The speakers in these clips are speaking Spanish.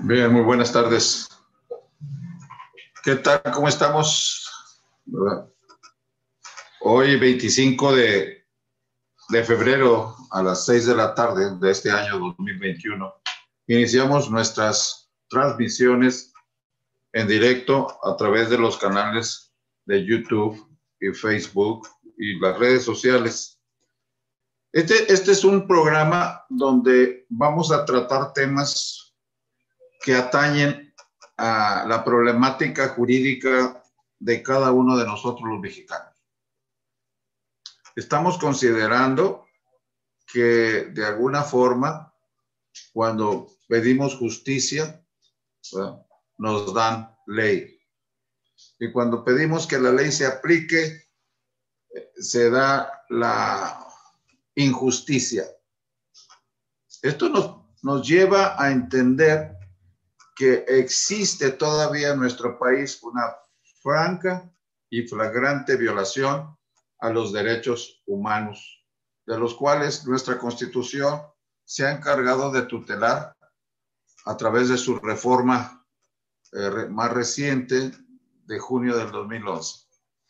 Bien, muy buenas tardes. ¿Qué tal? ¿Cómo estamos? Hoy, 25 de febrero, a las 6 de la tarde de este año 2021, iniciamos nuestras transmisiones en directo a través de los canales de YouTube y Facebook y las redes sociales. Este es un programa donde vamos a tratar temas que atañen a la problemática jurídica de cada uno de nosotros los mexicanos. Estamos considerando que de alguna forma, cuando pedimos justicia, nos dan ley. Y cuando pedimos que la ley se aplique, se da la injusticia. Esto nos lleva a entender que existe todavía en nuestro país una franca y flagrante violación a los derechos humanos, de los cuales nuestra Constitución se ha encargado de tutelar a través de su reforma más reciente de junio del 2011.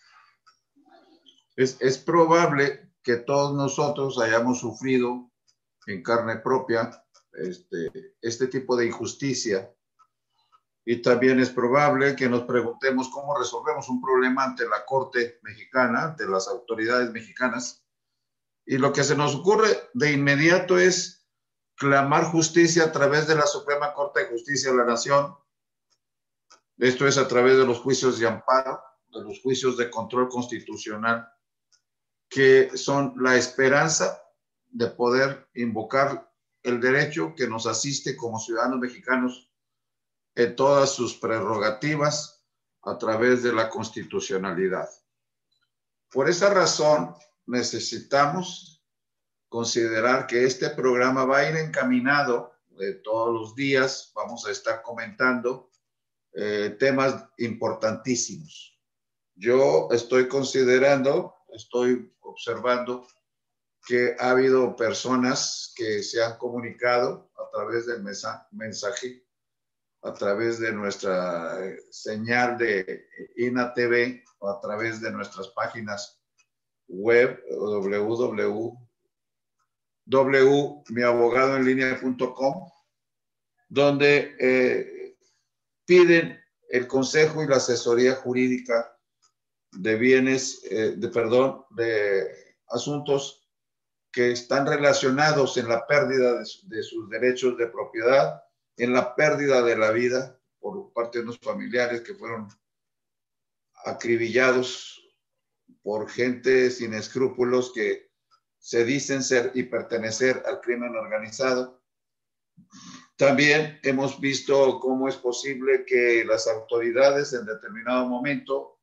Es probable que todos nosotros hayamos sufrido en carne propia este tipo de injusticia. Y también es probable que nos preguntemos cómo resolvemos un problema ante la Corte mexicana, ante las autoridades mexicanas. Y lo que se nos ocurre de inmediato es clamar justicia a través de la Suprema Corte de Justicia de la Nación. Esto es a través de los juicios de amparo, de los juicios de control constitucional, que son la esperanza de poder invocar el derecho que nos asiste como ciudadanos mexicanos en todas sus prerrogativas a través de la constitucionalidad. Por esa razón, necesitamos considerar que este programa va a ir encaminado todos los días. Vamos a estar comentando temas importantísimos. Yo estoy observando que ha habido personas que se han comunicado a través del mensaje, a través de nuestra señal de INA TV o a través de nuestras páginas web www.miabogadoenlinea.com, donde piden el consejo y la asesoría jurídica de bienes, de asuntos que están relacionados en la pérdida de sus derechos de propiedad, en la pérdida de la vida por parte de unos familiares que fueron acribillados por gente sin escrúpulos que se dicen ser y pertenecer al crimen organizado. También hemos visto cómo es posible que las autoridades en determinado momento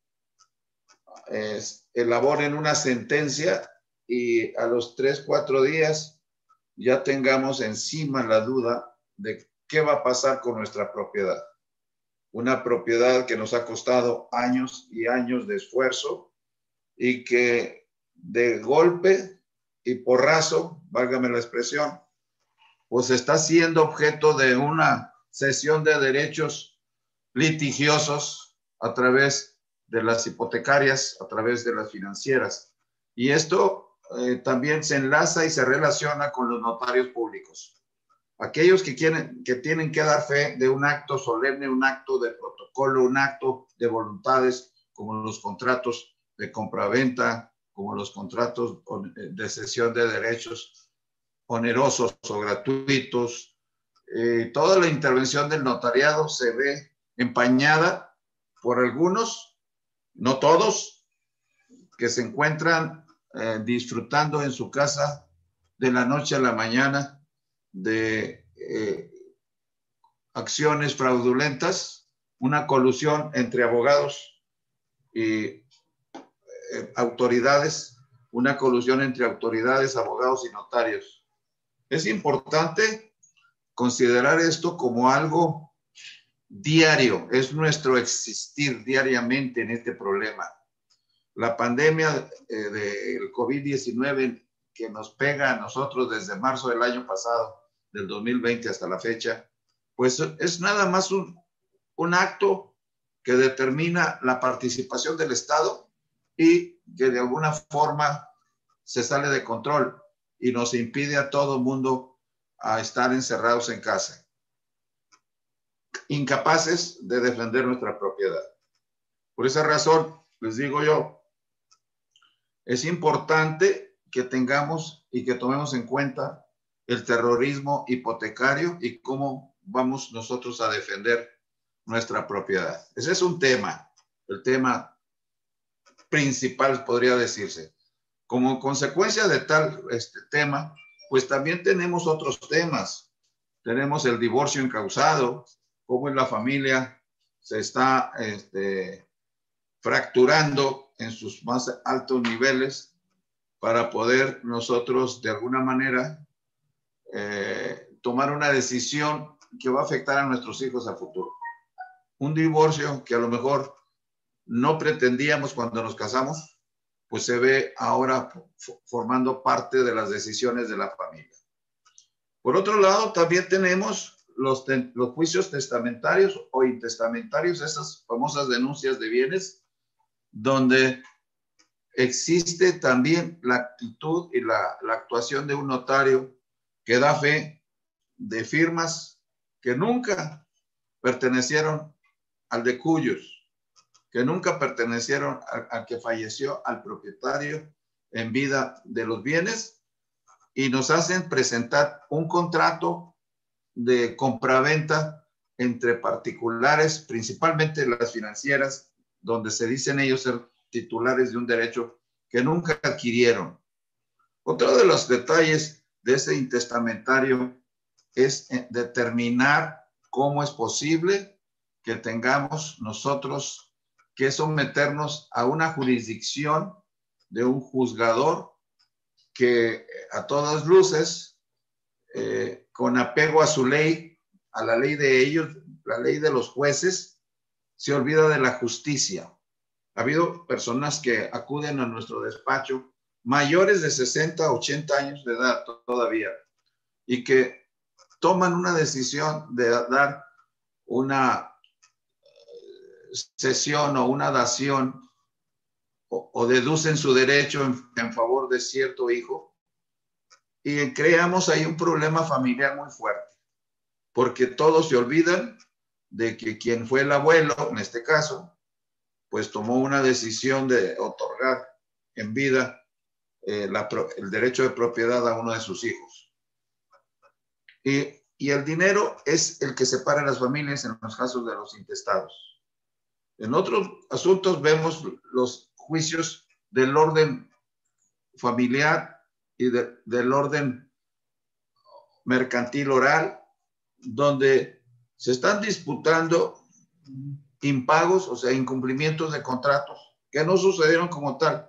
elaboren una sentencia y a los 3-4 días ya tengamos encima la duda de qué va a pasar con nuestra propiedad. Una propiedad que nos ha costado años y años de esfuerzo y que de golpe y porrazo, válgame la expresión, pues está siendo objeto de una cesión de derechos litigiosos a través de las hipotecarias, a través de las financieras. Y esto también se enlaza y se relaciona con los notarios públicos. Aquellos que tienen que dar fe de un acto solemne, un acto de protocolo, un acto de voluntades, como los contratos de compraventa, como los contratos de cesión de derechos onerosos o gratuitos. Toda la intervención del notariado se ve empañada por algunos, no todos, que se encuentran disfrutando en su casa de la noche a la mañana de acciones fraudulentas, una colusión entre abogados y autoridades, una colusión entre autoridades, abogados y notarios. Es importante considerar esto como algo diario, es nuestro existir diariamente en este problema. La pandemia del COVID-19 que nos pega a nosotros desde marzo del año pasado, del 2020 hasta la fecha, pues es nada más un acto que determina la participación del Estado y que de alguna forma se sale de control y nos impide a todo mundo a estar encerrados en casa, incapaces de defender nuestra propiedad. Por esa razón, les digo yo, es importante que tengamos y que tomemos en cuenta el terrorismo hipotecario y cómo vamos nosotros a defender nuestra propiedad. Ese es un tema, el tema principal podría decirse. Como consecuencia de tal tema, pues también tenemos otros temas. Tenemos el divorcio encausado, cómo en la familia se está fracturando en sus más altos niveles para poder nosotros de alguna manera tomar una decisión que va a afectar a nuestros hijos a futuro. Un divorcio que a lo mejor no pretendíamos cuando nos casamos, pues se ve ahora formando parte de las decisiones de la familia. Por otro lado, también tenemos los juicios testamentarios o intestamentarios, esas famosas denuncias de bienes, donde existe también la actitud y la actuación de un notario que da fe de firmas que nunca pertenecieron al de cuyos, que nunca pertenecieron al que falleció, al propietario en vida de los bienes, y nos hacen presentar un contrato de compraventa entre particulares, principalmente las financieras, donde se dicen ellos ser titulares de un derecho que nunca adquirieron. Otro de los detalles de ese intestamentario es determinar cómo es posible que tengamos nosotros que someternos a una jurisdicción de un juzgador que a todas luces, con apego a su ley, a la ley de ellos, la ley de los jueces, se olvida de la justicia. Ha habido personas que acuden a nuestro despacho mayores de 60, 80 años de edad todavía y que toman una decisión de dar una cesión o una dación o deducen su derecho en favor de cierto hijo y creamos ahí un problema familiar muy fuerte porque todos se olvidan de que quien fue el abuelo, en este caso, pues tomó una decisión de otorgar en vida el derecho de propiedad a uno de sus hijos. Y el dinero es el que separa a las familias en los casos de los intestados. En otros asuntos vemos los juicios del orden familiar y del orden mercantil oral, donde se están disputando impagos, o sea, incumplimientos de contratos que no sucedieron como tal.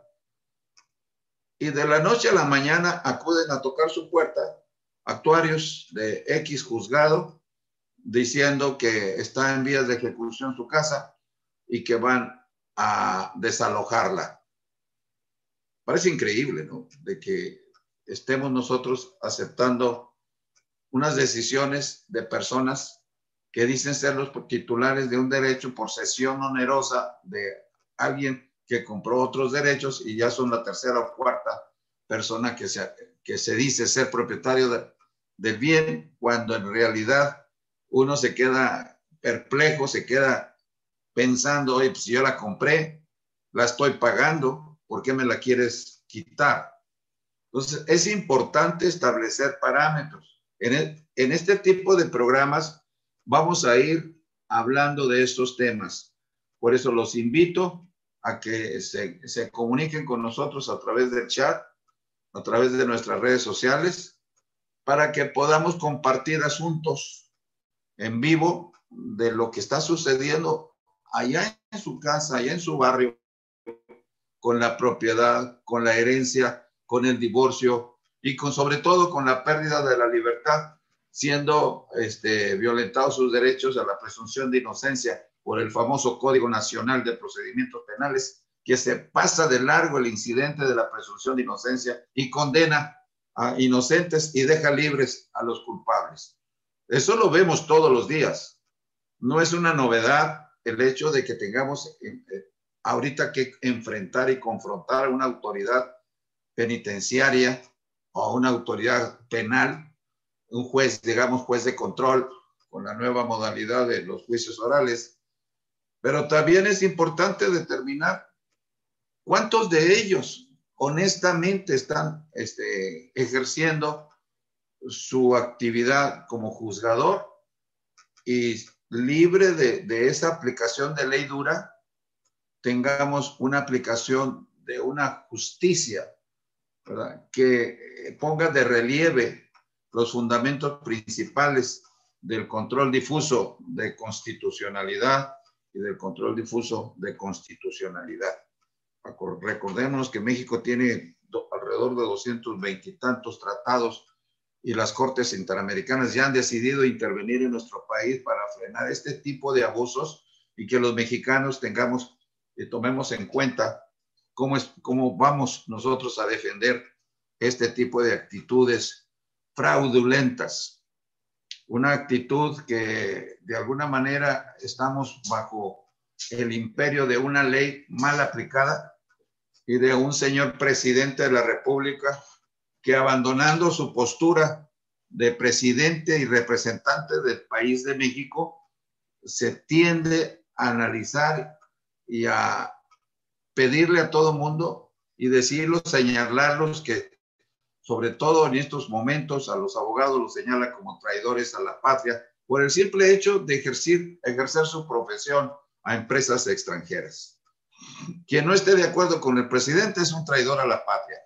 Y de la noche a la mañana acuden a tocar su puerta actuarios de X juzgado diciendo que está en vías de ejecución su casa y que van a desalojarla. Parece increíble, ¿no? De que estemos nosotros aceptando unas decisiones de personas que dicen ser los titulares de un derecho por cesión onerosa de alguien que compró otros derechos y ya son la tercera o cuarta persona que se dice ser propietario del bien, cuando en realidad uno se queda perplejo, se queda pensando, oye, pues si yo la compré, la estoy pagando, ¿por qué me la quieres quitar? Entonces, es importante establecer parámetros. En este tipo de programas vamos a ir hablando de estos temas. Por eso los invito a que se comuniquen con nosotros a través del chat, a través de nuestras redes sociales, para que podamos compartir asuntos en vivo de lo que está sucediendo allá en su casa, allá en su barrio, con la propiedad, con la herencia, con el divorcio y sobre todo con la pérdida de la libertad, siendo violentados sus derechos a la presunción de inocencia por el famoso Código Nacional de Procedimientos Penales, que se pasa de largo el incidente de la presunción de inocencia y condena a inocentes y deja libres a los culpables. Eso lo vemos todos los días. No es una novedad el hecho de que tengamos ahorita que enfrentar y confrontar a una autoridad penitenciaria o a una autoridad penal, un juez, digamos, juez de control, con la nueva modalidad de los juicios orales. Pero también es importante determinar cuántos de ellos honestamente están ejerciendo su actividad como juzgador y libre de esa aplicación de ley dura, tengamos una aplicación de una justicia, ¿verdad?, que ponga de relieve los fundamentos principales del control difuso de constitucionalidad y del control difuso de constitucionalidad. Recordemos que México tiene alrededor de 220 y tantos tratados y las Cortes Interamericanas ya han decidido intervenir en nuestro país para frenar este tipo de abusos y que los mexicanos tengamos y tomemos en cuenta cómo vamos nosotros a defender este tipo de actitudes fraudulentas. Una actitud que de alguna manera estamos bajo el imperio de una ley mal aplicada y de un señor presidente de la República que, abandonando su postura de presidente y representante del país de México, se tiende a analizar y a pedirle a todo mundo y decirlos, señalarlos, que sobre todo en estos momentos a los abogados los señala como traidores a la patria por el simple hecho de ejercer su profesión a empresas extranjeras. Quien no esté de acuerdo con el presidente es un traidor a la patria.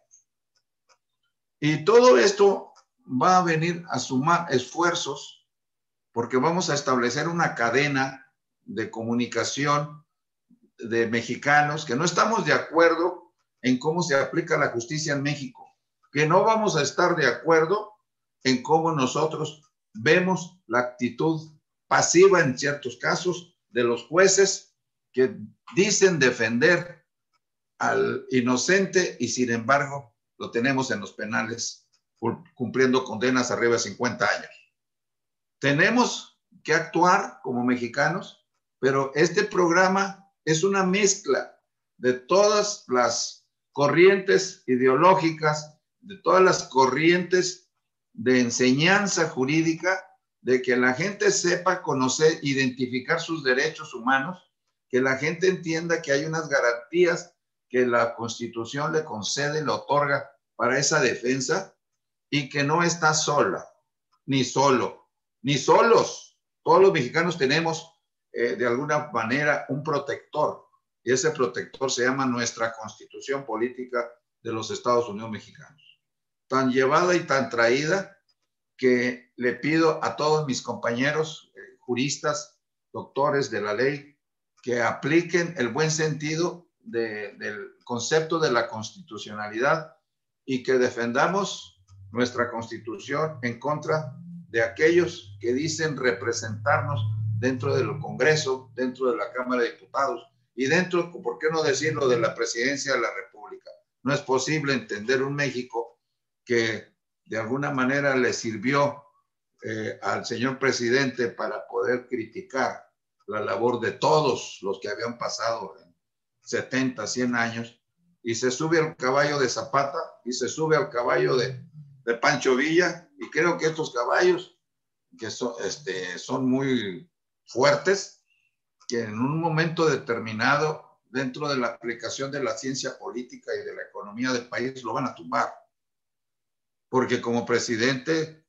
Y todo esto va a venir a sumar esfuerzos porque vamos a establecer una cadena de comunicación de mexicanos que no estamos de acuerdo en cómo se aplica la justicia en México, que no vamos a estar de acuerdo en cómo nosotros vemos la actitud pasiva en ciertos casos de los jueces que dicen defender al inocente y sin embargo lo tenemos en los penales cumpliendo condenas arriba de 50 años. Tenemos que actuar como mexicanos, pero este programa es una mezcla de todas las corrientes ideológicas, de todas las corrientes de enseñanza jurídica, de que la gente sepa conocer, identificar sus derechos humanos, que la gente entienda que hay unas garantías que la Constitución le concede, le otorga para esa defensa y que no está sola, ni solo, ni solos. Todos los mexicanos tenemos de alguna manera un protector y ese protector se llama nuestra Constitución Política de los Estados Unidos Mexicanos. Tan llevada y tan traída que le pido a todos mis compañeros juristas, doctores de la ley, que apliquen el buen sentido del concepto de la constitucionalidad y que defendamos nuestra Constitución en contra de aquellos que dicen representarnos dentro del Congreso, dentro de la Cámara de Diputados y dentro, ¿por qué no decirlo?, de la Presidencia de la República. No es posible entender un México que de alguna manera le sirvió al señor presidente para poder criticar la labor de todos los que habían pasado en 70, 100 años, y se sube al caballo de Zapata y se sube al caballo de Pancho Villa, y creo que estos caballos que son muy fuertes, que en un momento determinado, dentro de la aplicación de la ciencia política y de la economía del país, lo van a tumbar. Porque como presidente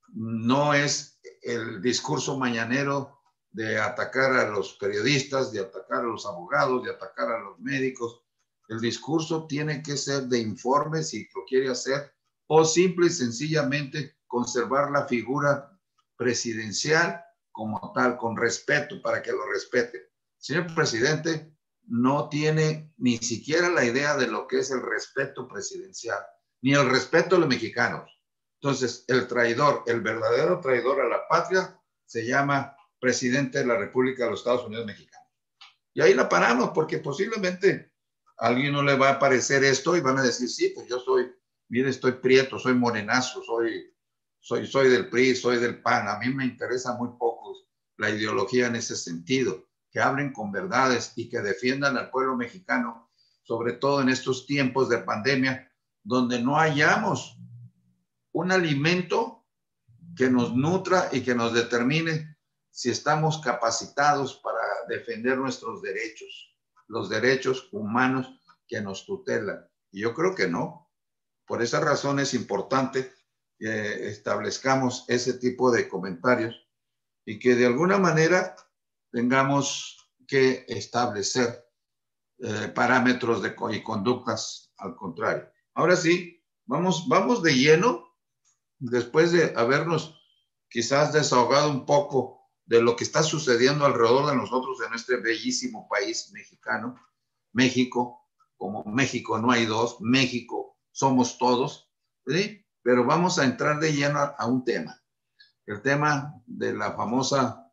no es el discurso mañanero de atacar a los periodistas, de atacar a los abogados, de atacar a los médicos. El discurso tiene que ser de informe si lo quiere hacer, o simple y sencillamente conservar la figura presidencial como tal, con respeto, para que lo respete. Señor presidente, no tiene ni siquiera la idea de lo que es el respeto presidencial, ni el respeto a los mexicanos. Entonces, el traidor, el verdadero traidor a la patria, se llama presidente de la República de los Estados Unidos Mexicanos. Y ahí la paramos, porque posiblemente a alguien no le va a parecer esto y van a decir, sí, pues yo soy, mire, estoy prieto, soy morenazo, soy del PRI, soy del PAN. A mí me interesa muy poco la ideología en ese sentido. Que hablen con verdades y que defiendan al pueblo mexicano, sobre todo en estos tiempos de pandemia, donde no hallamos un alimento que nos nutra y que nos determine si estamos capacitados para defender nuestros derechos, los derechos humanos que nos tutelan. Y yo creo que no. Por esa razón es importante que establezcamos ese tipo de comentarios y que de alguna manera tengamos que establecer parámetros y conductas al contrario. Ahora sí, vamos de lleno, después de habernos quizás desahogado un poco de lo que está sucediendo alrededor de nosotros en este bellísimo país mexicano, México. Como México no hay dos, México somos todos, ¿sí? Pero vamos a entrar de lleno a un tema, el tema de la famosa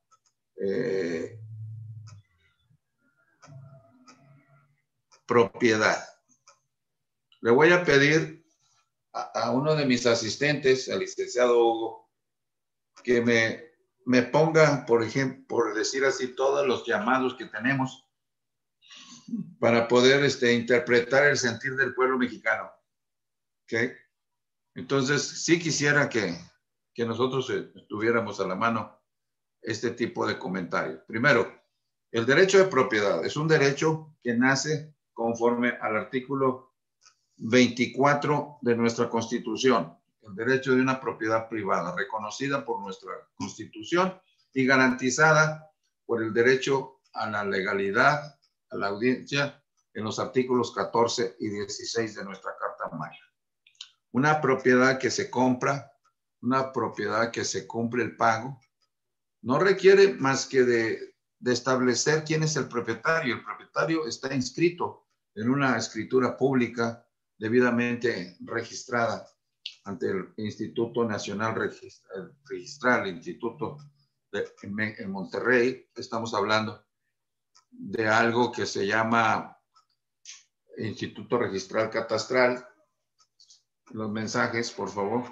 propiedad. Le voy a pedir a uno de mis asistentes, al licenciado Hugo, que me ponga, por ejemplo, por decir así, todos los llamados que tenemos para poder interpretar el sentir del pueblo mexicano. ¿Okay? Entonces, sí quisiera que nosotros tuviéramos a la mano este tipo de comentarios. Primero, el derecho de propiedad es un derecho que nace conforme al artículo 24 de nuestra Constitución, el derecho de una propiedad privada, reconocida por nuestra Constitución y garantizada por el derecho a la legalidad, a la audiencia, en los artículos 14 y 16 de nuestra Carta Magna. Una propiedad que se compra, una propiedad que se cumple el pago, no requiere más que de establecer quién es el propietario. El propietario está inscrito en una escritura pública debidamente registrada ante el Instituto Nacional Registral, el Instituto en Monterrey. Estamos hablando de algo que se llama Instituto Registral Catastral. Los mensajes, por favor.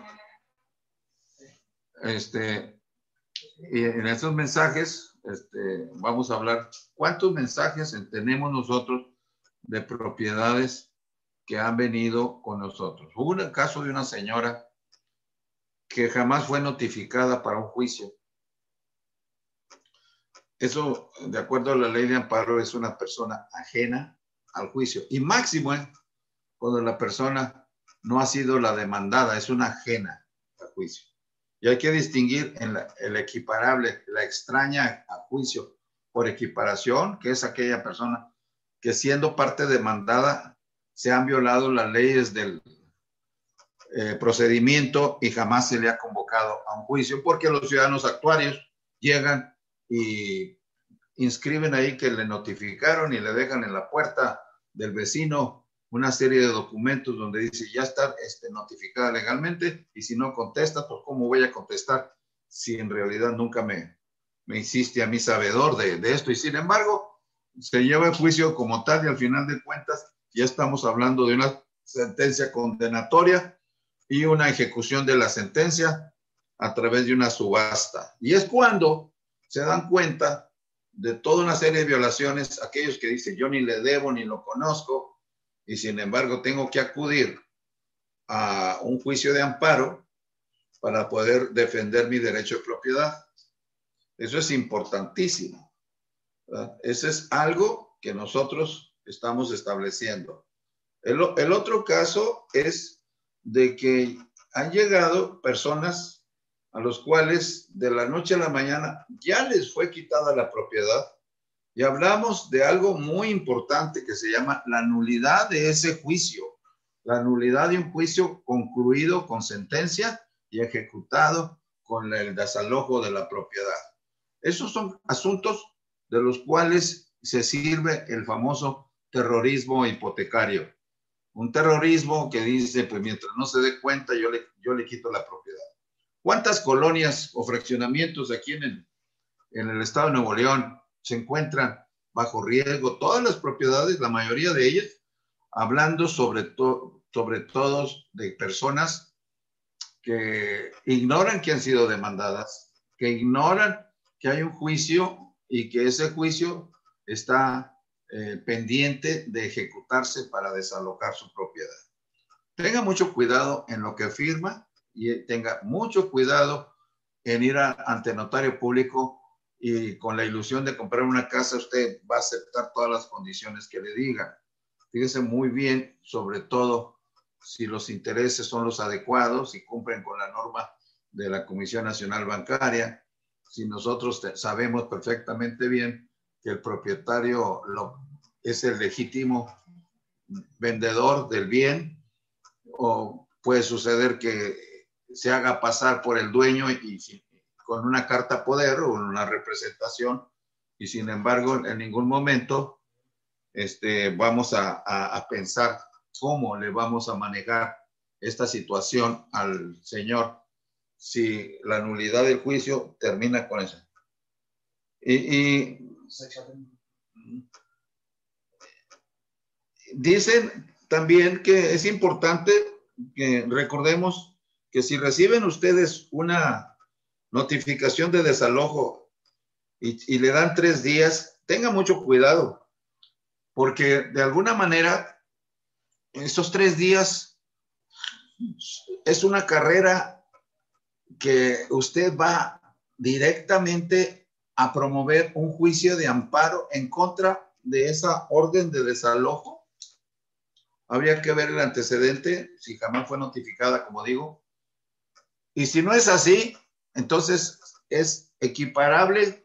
Y en estos mensajes vamos a hablar cuántos mensajes tenemos nosotros de propiedades que han venido con nosotros. Hubo un caso de una señora que jamás fue notificada para un juicio. Eso, de acuerdo a la ley de amparo, es una persona ajena al juicio. Y máximo, cuando la persona no ha sido la demandada, es una ajena al juicio. Y hay que distinguir en el equiparable, la extraña a juicio por equiparación, que es aquella persona que siendo parte demandada se han violado las leyes del procedimiento y jamás se le ha convocado a un juicio, porque los ciudadanos actuarios llegan y inscriben ahí que le notificaron y le dejan en la puerta del vecino una serie de documentos donde dice ya está notificada legalmente, y si no contesta, pues ¿cómo voy a contestar si en realidad nunca me hiciste a mí sabedor de esto? Y sin embargo, se lleva el juicio como tal y al final de cuentas ya estamos hablando de una sentencia condenatoria y una ejecución de la sentencia a través de una subasta. Y es cuando se dan cuenta de toda una serie de violaciones, aquellos que dicen yo ni le debo ni lo conozco, y sin embargo tengo que acudir a un juicio de amparo para poder defender mi derecho de propiedad. Eso es importantísimo, ¿verdad? Eso es algo que nosotros estamos estableciendo. El otro caso es de que han llegado personas a los cuales de la noche a la mañana ya les fue quitada la propiedad. Y hablamos de algo muy importante que se llama la nulidad de ese juicio, la nulidad de un juicio concluido con sentencia y ejecutado con el desalojo de la propiedad. Esos son asuntos de los cuales se sirve el famoso terrorismo hipotecario. Un terrorismo que dice, pues mientras no se dé cuenta, yo le quito la propiedad. ¿Cuántas colonias o fraccionamientos aquí en el estado de Nuevo León se encuentran bajo riesgo? Todas las propiedades, la mayoría de ellas, hablando sobre todo de personas que ignoran que han sido demandadas, que ignoran que hay un juicio y que ese juicio está pendiente de ejecutarse para desalojar su propiedad. Tenga mucho cuidado en lo que firma y tenga mucho cuidado en ir ante notario público y con la ilusión de comprar una casa usted va a aceptar todas las condiciones que le digan. Fíjese muy bien, sobre todo si los intereses son los adecuados y cumplen con la norma de la Comisión Nacional Bancaria. Si nosotros sabemos perfectamente bien que el propietario es el legítimo vendedor del bien, o puede suceder que se haga pasar por el dueño y con una carta poder o una representación, y sin embargo en ningún momento vamos a pensar cómo le vamos a manejar esta situación al señor si la nulidad del juicio termina con eso. Y dicen también que es importante que recordemos que si reciben ustedes una notificación de desalojo y le dan 3 días, tengan mucho cuidado, porque de alguna manera esos 3 días es una carrera que usted va directamente a promover un juicio de amparo en contra de esa orden de desalojo. Habría que ver el antecedente, si jamás fue notificada, como digo. Y si no es así, entonces es equiparable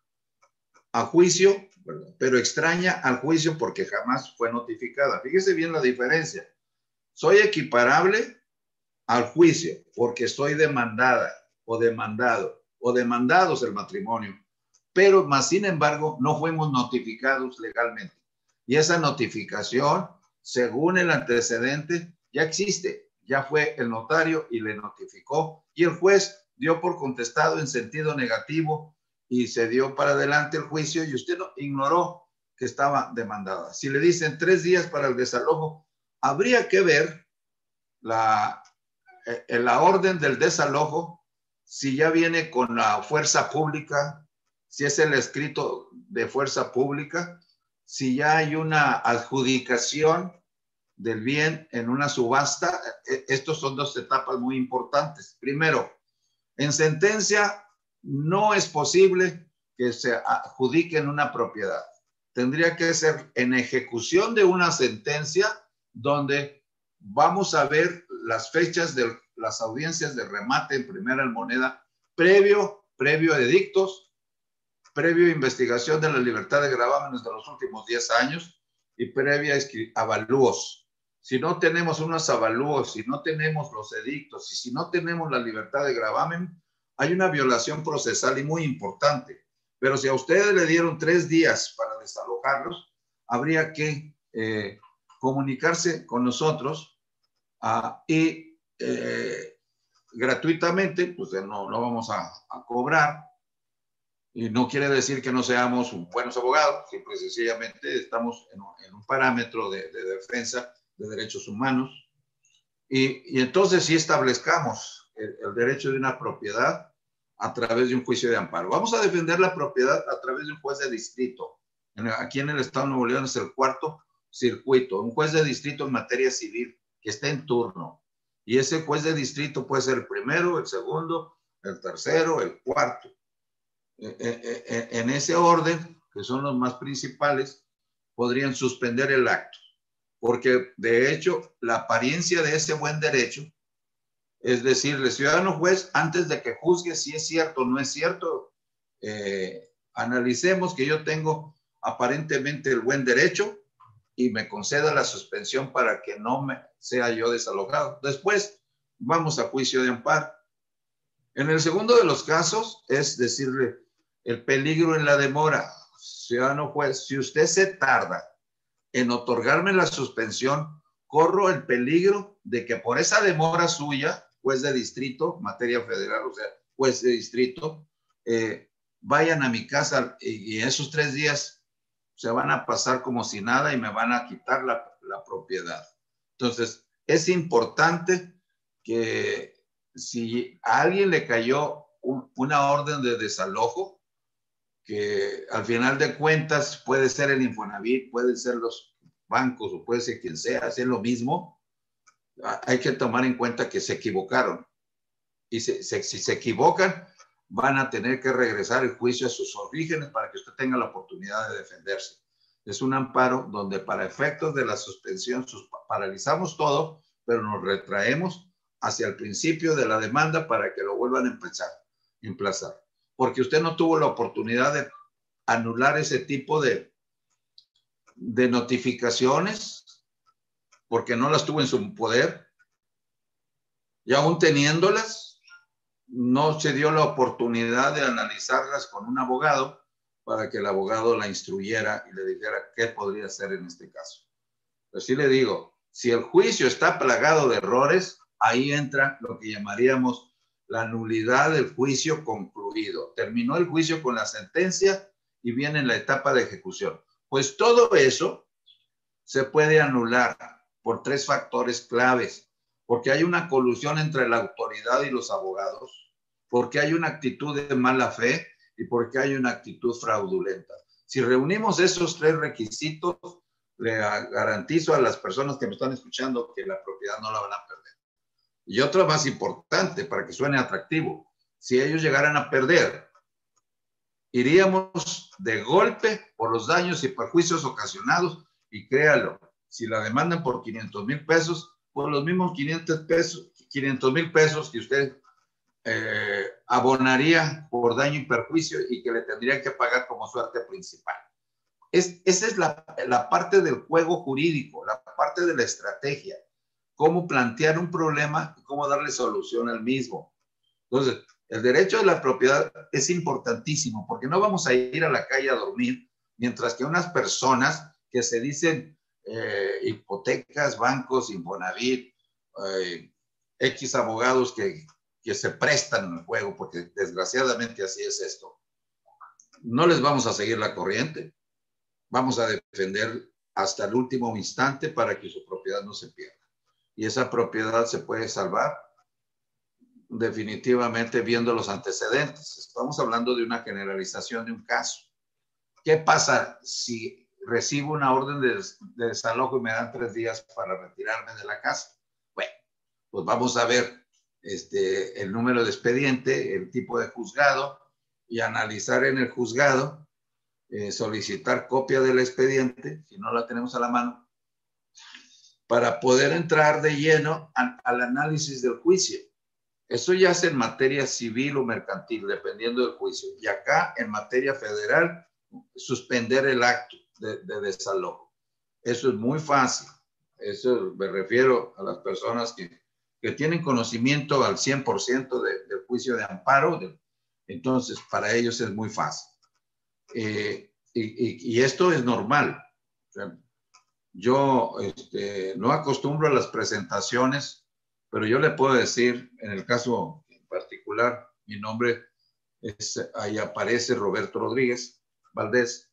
a juicio, pero extraña al juicio porque jamás fue notificada. Fíjese bien la diferencia. Soy equiparable al juicio porque soy demandada o demandado o demandados el matrimonio, pero más sin embargo no fuimos notificados legalmente. Y esa notificación, según el antecedente, ya existe, ya fue el notario y le notificó y el juez dio por contestado en sentido negativo y se dio para adelante el juicio y usted ignoró que estaba demandada. Si le dicen 3 días para el desalojo, habría que ver la orden del desalojo, si ya viene con la fuerza pública, si es el escrito de fuerza pública, si ya hay una adjudicación del bien en una subasta. Estos son 2 etapas muy importantes. Primero, en sentencia no es posible que se adjudique en una propiedad. Tendría que ser en ejecución de una sentencia donde vamos a ver las fechas de las audiencias de remate en primera moneda, previo edictos, previo investigación de la libertad de gravámenes de los últimos 10 años y previa avalúos. Si no tenemos unos avalúos, si no tenemos los edictos y si no tenemos la libertad de gravamen, hay una violación procesal y muy importante. Pero si a ustedes le dieron 3 días para desalojarlos, habría que comunicarse con nosotros y gratuitamente, pues no vamos a cobrar. Y no quiere decir que no seamos buenos abogados, simple y sencillamente estamos en un parámetro de defensa de derechos humanos. Y entonces sí establezcamos el derecho de una propiedad a través de un juicio de amparo. Vamos a defender la propiedad a través de un juez de distrito. Aquí en el estado de Nuevo León es el 4º circuito, un juez de distrito en materia civil que está en turno. Y ese juez de distrito puede ser el primero, el segundo, el tercero, el cuarto. En ese orden, que son los más principales, podrían suspender el acto. Porque de hecho, la apariencia de ese buen derecho es decirle, ciudadano juez, antes de que juzgue si es cierto o no es cierto, analicemos que yo tengo aparentemente el buen derecho y me conceda la suspensión para que no sea yo desalojado. Después vamos a juicio de amparo. En el segundo de los casos es decirle el peligro en la demora. Ciudadano juez, si usted se tarda en otorgarme la suspensión, corro el peligro de que por esa demora suya, juez de distrito, materia federal, o sea, juez de distrito, vayan a mi casa y esos 3 días se van a pasar como si nada y me van a quitar la propiedad. Entonces, es importante que si a alguien le cayó una orden de desalojo, que al final de cuentas puede ser el Infonavit, pueden ser los bancos o puede ser quien sea, hacer lo mismo, hay que tomar en cuenta que se equivocaron. Y si se equivocan, van a tener que regresar el juicio a sus orígenes para que usted tenga la oportunidad de defenderse. Es un amparo donde para efectos de la suspensión paralizamos todo, pero nos retraemos hacia el principio de la demanda para que lo vuelvan a emplazar. Porque usted no tuvo la oportunidad de anular ese tipo de notificaciones, porque no las tuvo en su poder, y aún teniéndolas, no se dio la oportunidad de analizarlas con un abogado para que el abogado la instruyera y le dijera qué podría hacer en este caso. Pero sí le digo, si el juicio está plagado de errores, ahí entra lo que llamaríamos la nulidad del juicio concluido. Terminó el juicio con la sentencia y viene la etapa de ejecución. Pues todo eso se puede anular por 3 factores claves, porque hay una colusión entre la autoridad y los abogados, porque hay una actitud de mala fe y porque hay una actitud fraudulenta. Si reunimos esos 3 requisitos, le garantizo a las personas que me están escuchando que la propiedad no la van a perder. Y otra más importante, para que suene atractivo, si ellos llegaran a perder, iríamos de golpe por los daños y perjuicios ocasionados, y créalo, si la demandan por 500,000 pesos, por los mismos 500,000 pesos que usted abonaría por daño y perjuicio y que le tendrían que pagar como suerte principal. Esa es la parte del juego jurídico, la parte de la estrategia, cómo plantear un problema y cómo darle solución al mismo. Entonces, el derecho de la propiedad es importantísimo porque no vamos a ir a la calle a dormir mientras que unas personas que se dicen hipotecas, bancos, Infonavit, X abogados que se prestan en el juego, porque desgraciadamente así es esto, no les vamos a seguir la corriente, vamos a defender hasta el último instante para que su propiedad no se pierda. Y esa propiedad se puede salvar definitivamente viendo los antecedentes. Estamos hablando de una generalización de un caso. ¿Qué pasa si recibo una orden de desalojo y me dan 3 días para retirarme de la casa? Bueno, pues vamos a ver el número de expediente, el tipo de juzgado y analizar en el juzgado, solicitar copia del expediente, si no la tenemos a la mano, para poder entrar de lleno al análisis del juicio. Eso ya es en materia civil o mercantil, dependiendo del juicio. Y acá, en materia federal, suspender el acto de desalojo. Eso es muy fácil. Eso me refiero a las personas que tienen conocimiento al 100% del juicio de amparo. Entonces, para ellos es muy fácil. Y esto es normal. O sea, yo no acostumbro a las presentaciones, pero yo le puedo decir, en el caso en particular, mi nombre ahí aparece Roberto Rodríguez Valdés.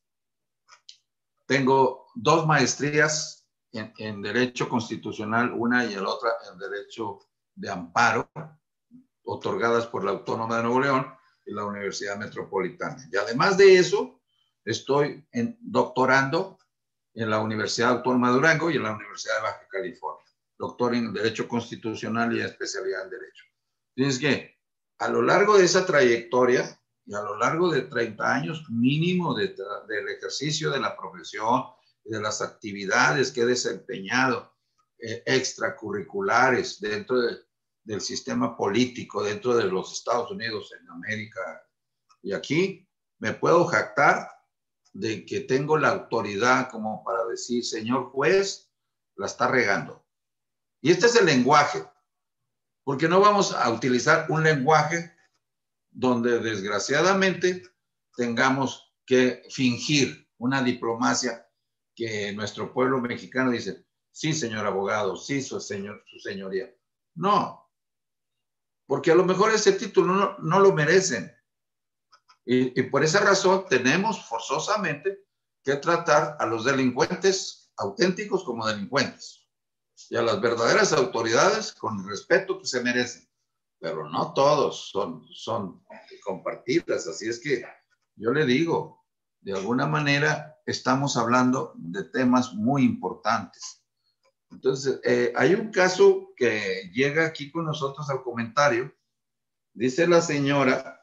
Tengo 2 maestrías en Derecho Constitucional, una y la otra en Derecho de Amparo, otorgadas por la Autónoma de Nuevo León y la Universidad Metropolitana. Y además de eso, estoy doctorando en la Universidad Autónoma de Durango y en la Universidad de Baja California. Doctor en Derecho Constitucional y especialidad en Derecho. Tienes que, a lo largo de esa trayectoria y a lo largo de 30 años mínimo del ejercicio de la profesión y de las actividades que he desempeñado extracurriculares dentro del sistema político, dentro de los Estados Unidos, en América y aquí, me puedo jactar de que tengo la autoridad como para decir, señor juez, la está regando. Y este es el lenguaje, porque no vamos a utilizar un lenguaje donde desgraciadamente tengamos que fingir una diplomacia que nuestro pueblo mexicano dice, sí, señor abogado, sí, su señoría. No, porque a lo mejor ese título no lo merecen. Y por esa razón tenemos forzosamente que tratar a los delincuentes auténticos como delincuentes y a las verdaderas autoridades con el respeto que se merecen. pero no todos son compartidas. Así es que yo le digo, de alguna manera estamos hablando de temas muy importantes. Entonces, hay un caso que llega aquí con nosotros al comentario. Dice la señora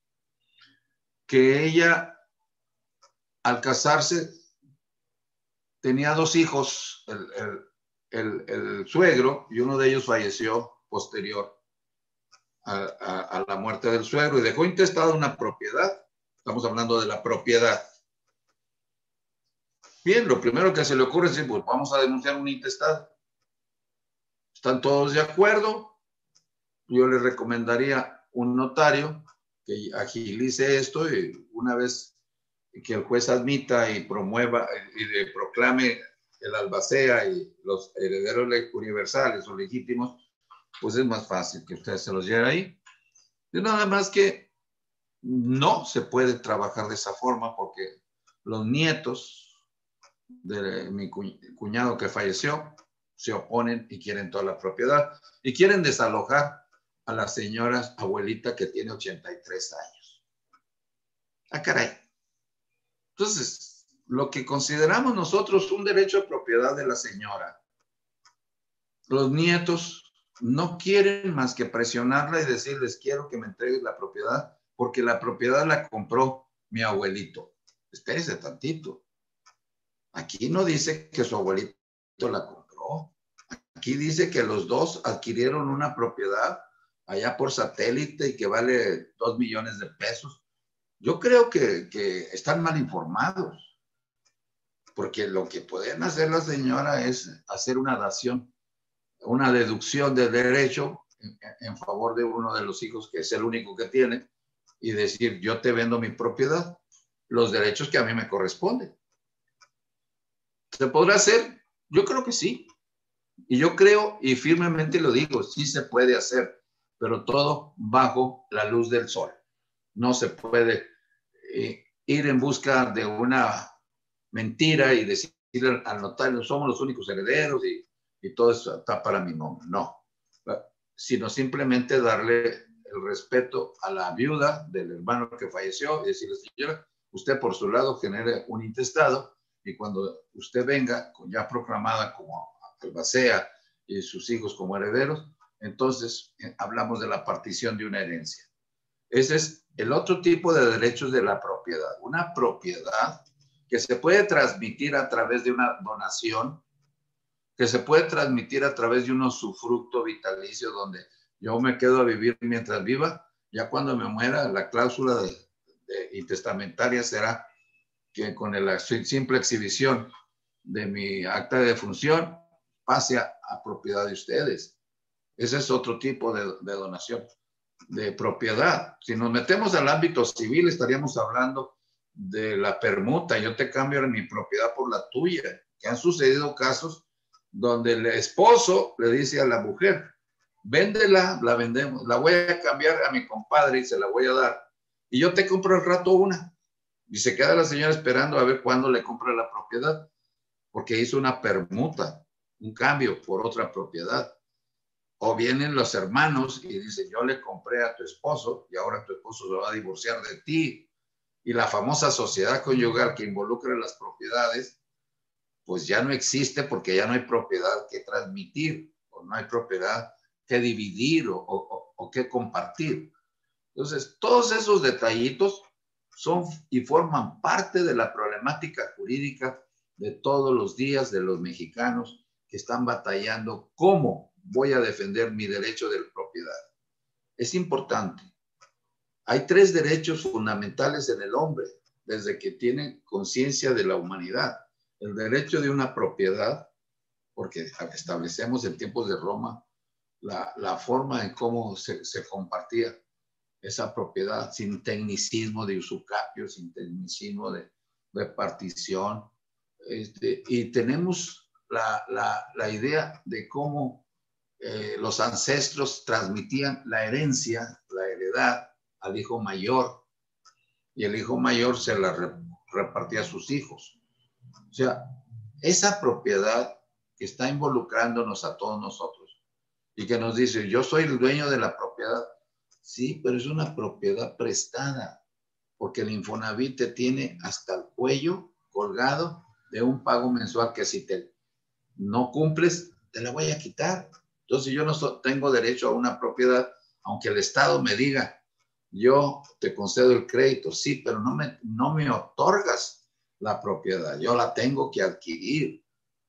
que ella, al casarse, tenía 2 hijos, el suegro, y uno de ellos falleció posterior a la muerte del suegro y dejó intestada una propiedad. Estamos hablando de la propiedad. Bien, lo primero que se le ocurre es decir, pues vamos a denunciar un intestado. ¿Están todos de acuerdo? Yo le recomendaría un notario que agilice esto y una vez que el juez admita y promueva y proclame el albacea y los herederos universales o legítimos, pues es más fácil que ustedes se los lleven ahí. Y nada más que no se puede trabajar de esa forma porque los nietos de mi cuñado que falleció se oponen y quieren toda la propiedad y quieren desalojar a la señora abuelita que tiene 83 años. Ah, caray. Entonces, lo que consideramos nosotros un derecho de propiedad de la señora, los nietos no quieren más que presionarla y decirles, quiero que me entregues la propiedad, porque la propiedad la compró mi abuelito. Espérese tantito. Aquí no dice que su abuelito la compró. Aquí dice que los dos adquirieron una propiedad allá por satélite y que vale 2 millones de pesos. Yo creo que están mal informados, porque lo que pueden hacer la señora es hacer una dación, una deducción de derecho en favor de uno de los hijos, que es el único que tiene, y decir, yo te vendo mi propiedad, los derechos que a mí me corresponden. ¿Se podrá hacer? Yo creo que sí. Y yo creo, y firmemente lo digo, sí se puede hacer, pero todo bajo la luz del sol. No se puede ir en busca de una mentira y decir al notario, somos los únicos herederos y todo eso está para mi nombre. No, sino simplemente darle el respeto a la viuda del hermano que falleció y decirle, señora, usted por su lado genere un intestado y cuando usted venga, ya proclamada como albacea y sus hijos como herederos, entonces hablamos de la partición de una herencia. Ese es el otro tipo de derechos de la propiedad. Una propiedad que se puede transmitir a través de una donación, que se puede transmitir a través de un usufructo vitalicio donde yo me quedo a vivir mientras viva. Ya cuando me muera, la cláusula testamentaria será que con la simple exhibición de mi acta de defunción pase a propiedad de ustedes. Ese es otro tipo de donación de propiedad. Si nos metemos al ámbito civil, estaríamos hablando de la permuta. Yo te cambio mi propiedad por la tuya. Que han sucedido casos donde el esposo le dice a la mujer, véndela, la vendemos, la voy a cambiar a mi compadre y se la voy a dar. Y yo te compro al rato una. Y se queda la señora esperando a ver cuándo le compra la propiedad, porque hizo una permuta, un cambio por otra propiedad. O vienen los hermanos y dicen, yo le compré a tu esposo y ahora tu esposo se va a divorciar de ti. Y la famosa sociedad conyugal que involucra las propiedades, pues ya no existe porque ya no hay propiedad que transmitir o no hay propiedad que dividir o que compartir. Entonces, todos esos detallitos son y forman parte de la problemática jurídica de todos los días de los mexicanos que están batallando cómo voy a defender mi derecho de propiedad. Es importante. Hay 3 derechos fundamentales en el hombre desde que tiene conciencia de la humanidad. El derecho de una propiedad, porque establecemos en tiempos de Roma la forma en cómo se compartía esa propiedad sin tecnicismo de usucapio, sin tecnicismo de partición. Y tenemos la idea de cómo los ancestros transmitían la herencia, la heredad al hijo mayor y el hijo mayor se la repartía a sus hijos. O sea, esa propiedad que está involucrándonos a todos nosotros y que nos dice, yo soy el dueño de la propiedad. Sí, pero es una propiedad prestada, porque el Infonavit te tiene hasta el cuello colgado de un pago mensual que si te no cumples, te la voy a quitar. Entonces yo no tengo derecho a una propiedad, aunque el Estado me diga, yo te concedo el crédito, sí, pero no me otorgas la propiedad, yo la tengo que adquirir.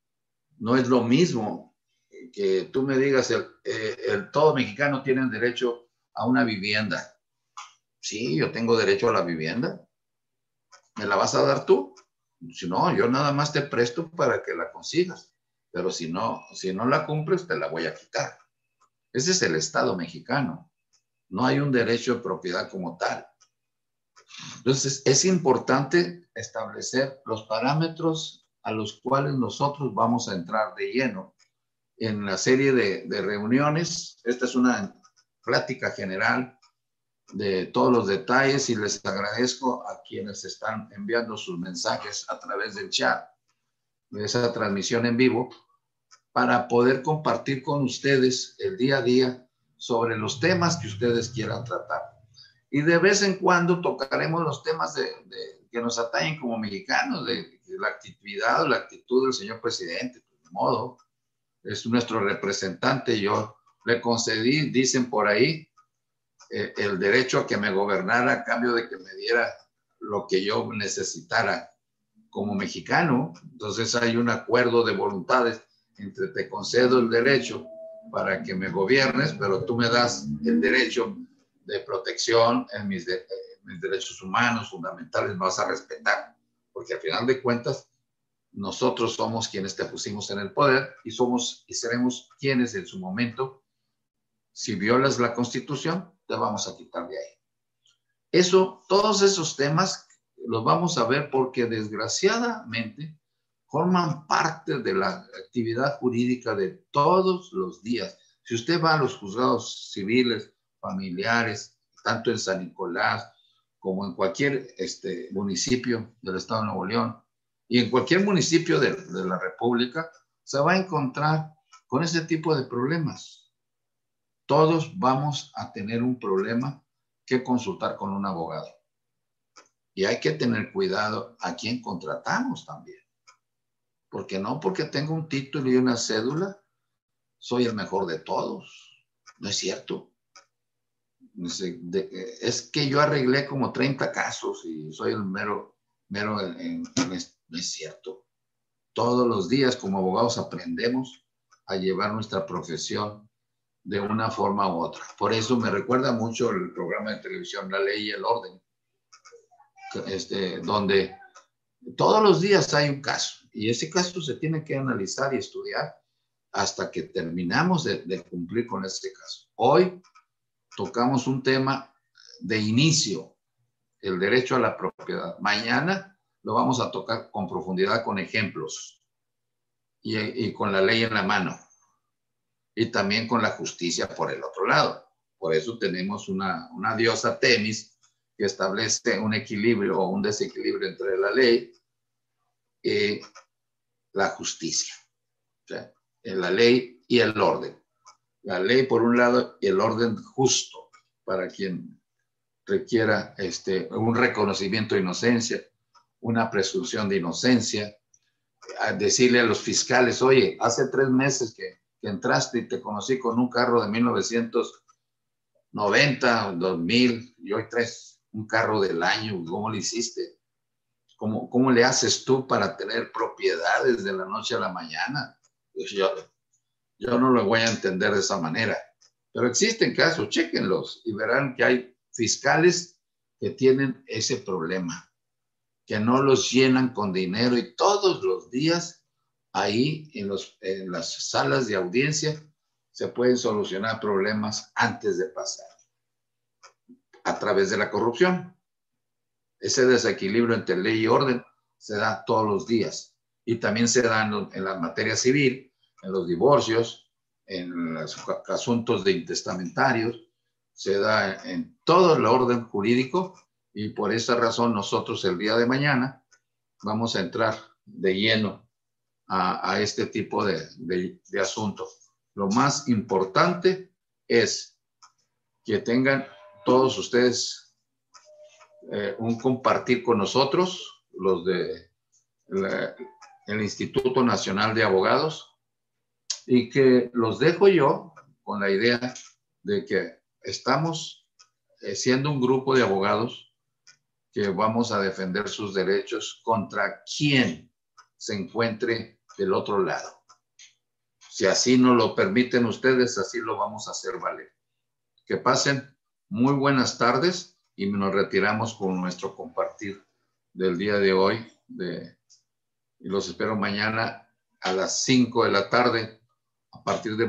No es lo mismo que tú me digas, todo mexicano tiene derecho a una vivienda. Sí, yo tengo derecho a la vivienda. ¿Me la vas a dar tú? Si no, yo nada más te presto para que la consigas. Pero si no la cumples, te la voy a quitar. Ese es el Estado mexicano. No hay un derecho de propiedad como tal. Entonces, es importante establecer los parámetros a los cuales nosotros vamos a entrar de lleno en la serie de reuniones. Esta es una plática general de todos los detalles y les agradezco a quienes están enviando sus mensajes a través del chat de esa transmisión en vivo para poder compartir con ustedes el día a día sobre los temas que ustedes quieran tratar. Y de vez en cuando tocaremos los temas que nos atañen como mexicanos, de la actividad o la actitud del señor presidente, pues, de modo, es nuestro representante, yo le concedí, dicen por ahí, el derecho a que me gobernara a cambio de que me diera lo que yo necesitara como mexicano. Entonces hay un acuerdo de voluntades entre te concedo el derecho para que me gobiernes, pero tú me das el derecho de protección en mis derechos humanos fundamentales, me vas a respetar, porque al final de cuentas nosotros somos quienes te pusimos en el poder y somos y seremos quienes en su momento, si violas la Constitución, te vamos a quitar de ahí. Eso, todos esos temas los vamos a ver porque desgraciadamente forman parte de la actividad jurídica de todos los días. Si usted va a los juzgados civiles, familiares, tanto en San Nicolás como en cualquier municipio del estado de Nuevo León y en cualquier municipio de la República, se va a encontrar con ese tipo de problemas. Todos vamos a tener un problema que consultar con un abogado. Y hay que tener cuidado a quién contratamos también. Porque no porque tengo un título y una cédula, soy el mejor de todos. No es cierto. Es que yo arreglé como 30 casos y soy el mero no es cierto. Todos los días como abogados aprendemos a llevar nuestra profesión de una forma u otra. Por eso me recuerda mucho el programa de televisión La Ley y el Orden, donde todos los días hay un caso y ese caso se tiene que analizar y estudiar hasta que terminamos de cumplir con ese caso. Hoy tocamos un tema de inicio, el derecho a la propiedad. Mañana lo vamos a tocar con profundidad con ejemplos y con la ley en la mano y también con la justicia por el otro lado. Por eso tenemos una diosa Temis que establece un equilibrio o un desequilibrio entre la ley y la justicia. O sea, la ley y el orden. La ley por un lado y el orden justo para quien requiera un reconocimiento de inocencia, una presunción de inocencia, a decirle a los fiscales, oye, hace 3 meses que entraste y te conocí con un carro de 1990, 2000, y hoy traes un carro del año, ¿cómo le hiciste? ¿Cómo le haces tú para tener propiedades de la noche a la mañana? Pues yo no lo voy a entender de esa manera. Pero existen casos, chéquenlos y verán que hay fiscales que tienen ese problema, que no los llenan con dinero y todos los días ahí en las salas de audiencia se pueden solucionar problemas antes de pasar a través de la corrupción. Ese desequilibrio entre ley y orden se da todos los días y también se da en la materia civil, en los divorcios, en los asuntos de intestamentarios, se da en todo el orden jurídico y por esa razón nosotros el día de mañana vamos a entrar de lleno a este tipo de asuntos. lo más importante es que tengan todos ustedes un compartir con nosotros, los de el Instituto Nacional de Abogados, y que los dejo yo con la idea de que estamos siendo un grupo de abogados que vamos a defender sus derechos contra quien se encuentre del otro lado. Si así nos lo permiten ustedes, así lo vamos a hacer valer. Que pasen muy buenas tardes y nos retiramos con nuestro compartir del día de hoy. Y los espero mañana a las 5 de la tarde a partir de